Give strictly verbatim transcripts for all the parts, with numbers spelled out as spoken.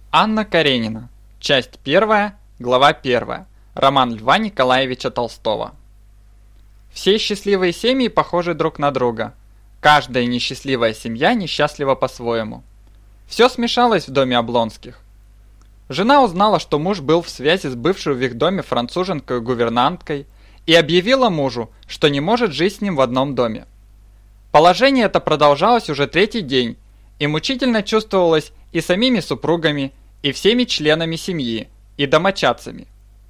Анна Каренина. Часть первая, глава первая. Роман Льва Николаевича Толстого. Все счастливые семьи похожи друг на друга. Каждая несчастливая семья несчастлива по-своему. Все смешалось в доме Облонских. Жена узнала, что муж был в связи с бывшей в их доме француженкой-гувернанткой и объявила мужу, что не может жить с ним в одном доме. Положение это продолжалось уже третий день и мучительно чувствовалось и самими супругами, и всеми членами семьи, и домочадцами.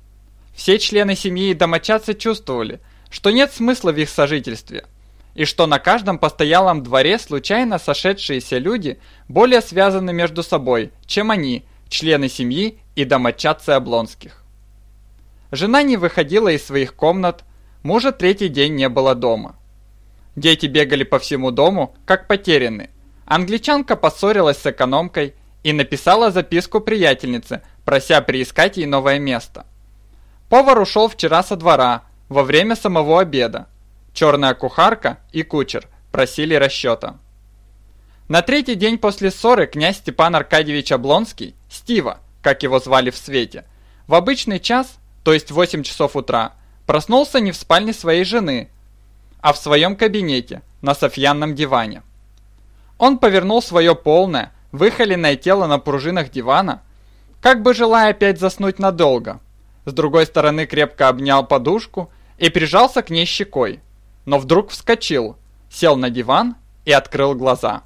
Все члены семьи и домочадцы чувствовали, что нет смысла в их сожительстве, и что на каждом постоялом дворе случайно сошедшиеся люди более связаны между собой, чем они, члены семьи и домочадцы Облонских. Жена не выходила из своих комнат, мужа третий день не было дома. Дети бегали по всему дому, как потерянные. Англичанка поссорилась с экономкой и написала записку приятельнице, прося приискать ей новое место. Повар ушел вчера со двора, во время самого обеда. Черная кухарка и кучер просили расчета. На третий день после ссоры князь Степан Аркадьевич Облонский, Стива, как его звали в свете, в обычный час, то есть в восемь часов утра, проснулся не в спальне своей жены, а в своем кабинете, на софьянном диване. Он повернул свое полное, выхоленное тело на пружинах дивана, как бы желая опять заснуть надолго. С другой стороны крепко обнял подушку и прижался к ней щекой, но вдруг вскочил, сел на диван и открыл глаза.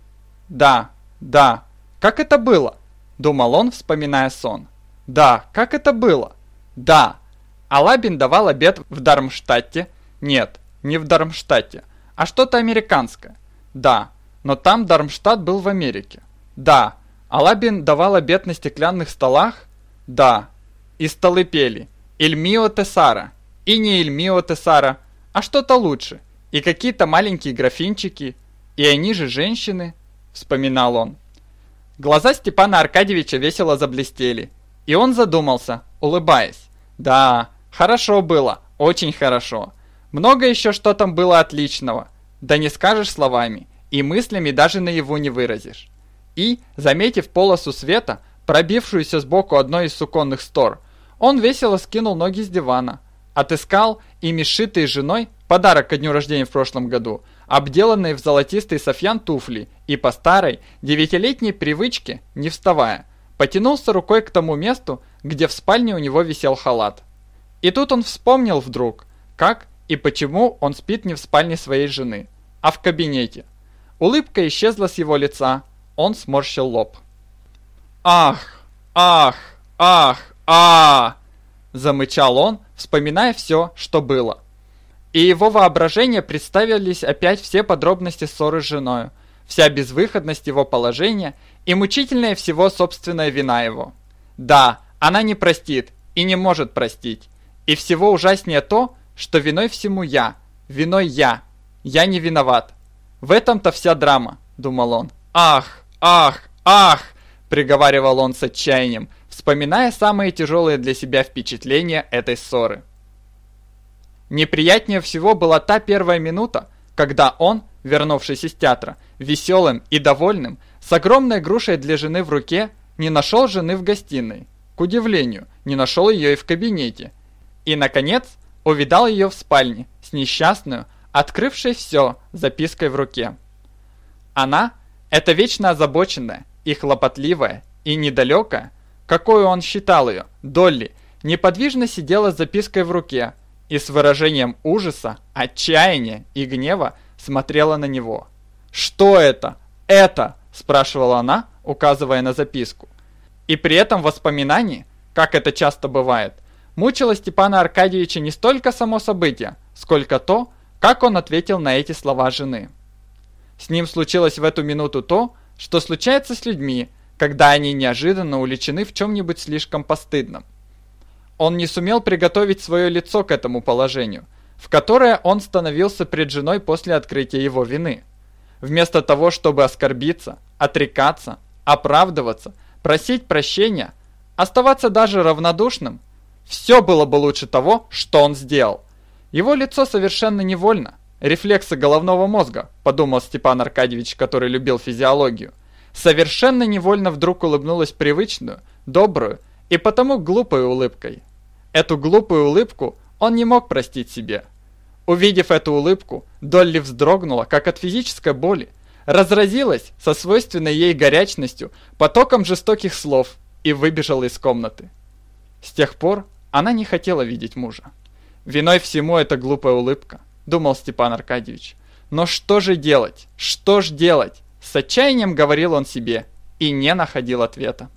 «Да, да, как это было?» – думал он, вспоминая сон. «Да, как это было? Да, Алабин давал обед в Дармштадте. Нет, не в Дармштадте, а что-то американское. Да, но там Дармштадт был в Америке. Да, Алабин давал обед на стеклянных столах. Да, и столы пели «Иль мио тесара», и не «Иль мио тесара», а что-то лучше, и какие-то маленькие графинчики, и они же женщины, вспоминал он. Глаза Степана Аркадьевича весело заблестели, и он задумался, улыбаясь. Да, хорошо было, очень хорошо. Много еще что там было отличного, да не скажешь словами, и мыслями даже наяву не выразишь. И, заметив полосу света, пробившуюся сбоку одной из суконных стор, он весело скинул ноги с дивана, отыскал ими сшитые женой подарок ко дню рождения в прошлом году, обделанные в золотистый софьян туфли, и по старой девятилетней привычке, не вставая, потянулся рукой к тому месту, где в спальне у него висел халат. И тут он вспомнил вдруг, как и почему он спит не в спальне своей жены, а в кабинете. Улыбка исчезла с его лица, он сморщил лоб. «Ах, ах, ах, а!» – замычал он, вспоминая все, что было. И его воображение представились опять все подробности ссоры с женой, вся безвыходность его положения и мучительная всего собственная вина его. Да, она не простит и не может простить. И всего ужаснее то, что виной всему я, виной я, я не виноват. В этом-то вся драма, думал он. Ах, ах, ах, приговаривал он с отчаянием, вспоминая самые тяжелые для себя впечатления этой ссоры. Неприятнее всего была та первая минута, когда он, вернувшись из театра, веселым и довольным, с огромной грушей для жены в руке, не нашел жены в гостиной. К удивлению, не нашел ее и в кабинете. И, наконец, увидал ее в спальне, с несчастную, открывшей все, запиской в руке. Она, эта вечно озабоченная и хлопотливая, и недалекая, какой он считал ее, Долли, неподвижно сидела с запиской в руке и с выражением ужаса, отчаяния и гнева смотрела на него. «Что это? Это?» – спрашивала она, указывая на записку. И при этом воспоминании, как это часто бывает, мучило Степана Аркадьевича не столько само событие, сколько то, как он ответил на эти слова жены. С ним случилось в эту минуту то, что случается с людьми, когда они неожиданно уличены в чем-нибудь слишком постыдном. Он не сумел приготовить свое лицо к этому положению, в которое он становился пред женой после открытия его вины. Вместо того, чтобы оскорбиться, отрекаться, оправдываться, просить прощения, оставаться даже равнодушным, все было бы лучше того, что он сделал. Его лицо совершенно невольно, рефлексы головного мозга, подумал Степан Аркадьевич, который любил физиологию, совершенно невольно вдруг улыбнулась привычную, добрую и потому глупой улыбкой. Эту глупую улыбку он не мог простить себе. Увидев эту улыбку, Долли вздрогнула, как от физической боли, разразилась со свойственной ей горячностью потоком жестоких слов и выбежала из комнаты. С тех пор она не хотела видеть мужа. «Виной всему эта глупая улыбка», — думал Степан Аркадьевич. «Но что же делать? Что ж делать?» С отчаянием говорил он себе и не находил ответа.